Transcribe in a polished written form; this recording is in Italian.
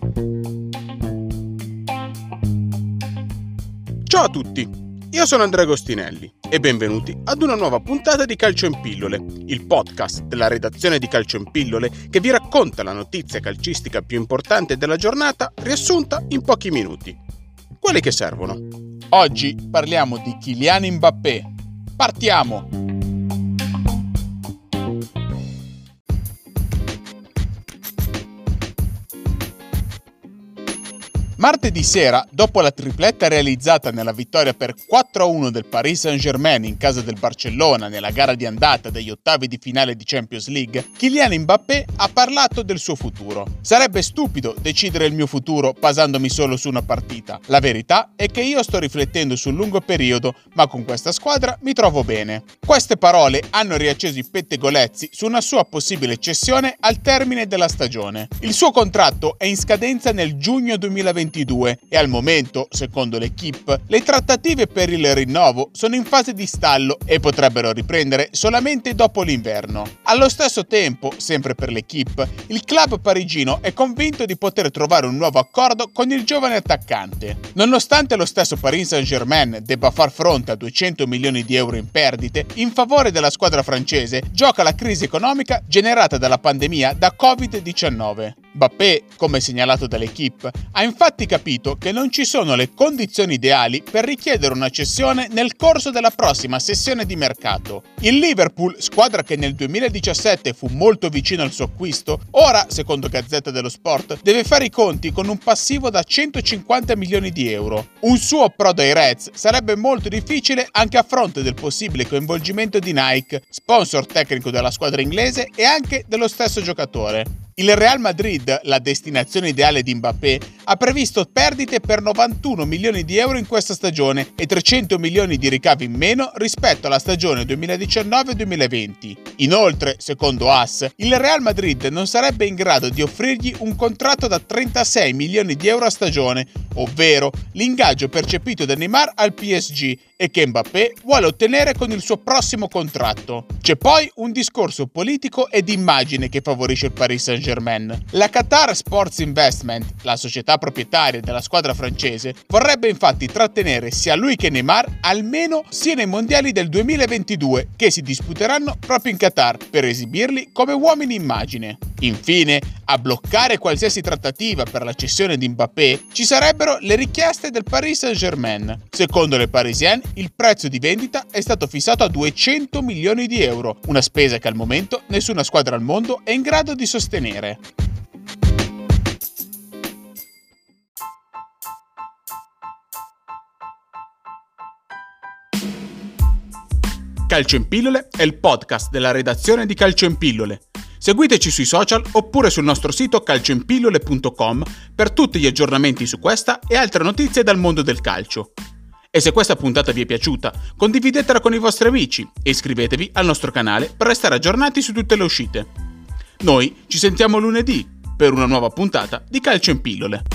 Ciao a tutti, io sono Andrea Agostinelli e benvenuti ad una nuova puntata di Calcio in Pillole, il podcast della redazione di Calcio in Pillole che vi racconta la notizia calcistica più importante della giornata riassunta in pochi minuti. Quelli che servono. Oggi parliamo di Kylian Mbappé. Partiamo! Martedì sera, dopo la tripletta realizzata nella vittoria per 4-1 del Paris Saint-Germain in casa del Barcellona nella gara di andata degli ottavi di finale di Champions League, Kylian Mbappé ha parlato del suo futuro. Sarebbe stupido decidere il mio futuro basandomi solo su una partita. La verità è che io sto riflettendo sul lungo periodo, ma con questa squadra mi trovo bene. Queste parole hanno riacceso i pettegolezzi su una sua possibile cessione al termine della stagione. Il suo contratto è in scadenza nel giugno 2022 e al momento, secondo l'Équipe, le trattative per il rinnovo sono in fase di stallo e potrebbero riprendere solamente dopo l'inverno. Allo stesso tempo, sempre per l'Équipe, il club parigino è convinto di poter trovare un nuovo accordo con il giovane attaccante. Nonostante lo stesso Paris Saint-Germain debba far fronte a 200 milioni di euro in perdite, in favore della squadra francese gioca la crisi economica generata dalla pandemia da Covid-19. Mbappé, come segnalato dall'Équipe, ha infatti capito che non ci sono le condizioni ideali per richiedere una cessione nel corso della prossima sessione di mercato. Il Liverpool, squadra che nel 2017 fu molto vicino al suo acquisto, ora, secondo Gazzetta dello Sport, deve fare i conti con un passivo da 150 milioni di euro. Un suo approdo ai Reds sarebbe molto difficile anche a fronte del possibile coinvolgimento di Nike, sponsor tecnico della squadra inglese e anche dello stesso giocatore. Il Real Madrid, la destinazione ideale di Mbappé, ha previsto perdite per 91 milioni di euro in questa stagione e 300 milioni di ricavi in meno rispetto alla stagione 2019-2020. Inoltre, secondo AS, il Real Madrid non sarebbe in grado di offrirgli un contratto da 36 milioni di euro a stagione, ovvero l'ingaggio percepito da Neymar al PSG e che Mbappé vuole ottenere con il suo prossimo contratto. C'è poi un discorso politico ed immagine che favorisce il Paris Saint-Germain. La Qatar Sports Investment, la società proprietaria della squadra francese, vorrebbe infatti trattenere sia lui che Neymar almeno sia nei mondiali del 2022 che si disputeranno proprio in Qatar per esibirli come uomini immagine. Infine, a bloccare qualsiasi trattativa per la cessione di Mbappé ci sarebbero le richieste del Paris Saint-Germain. Secondo le Parisienne, il prezzo di vendita è stato fissato a 200 milioni di euro, una spesa che al momento nessuna squadra al mondo è in grado di sostenere. Calcio in Pillole è il podcast della redazione di Calcio in Pillole. Seguiteci sui social oppure sul nostro sito calcioinpillole.com per tutti gli aggiornamenti su questa e altre notizie dal mondo del calcio. E se questa puntata vi è piaciuta, condividetela con i vostri amici e iscrivetevi al nostro canale per restare aggiornati su tutte le uscite. Noi ci sentiamo lunedì per una nuova puntata di Calcio in Pillole.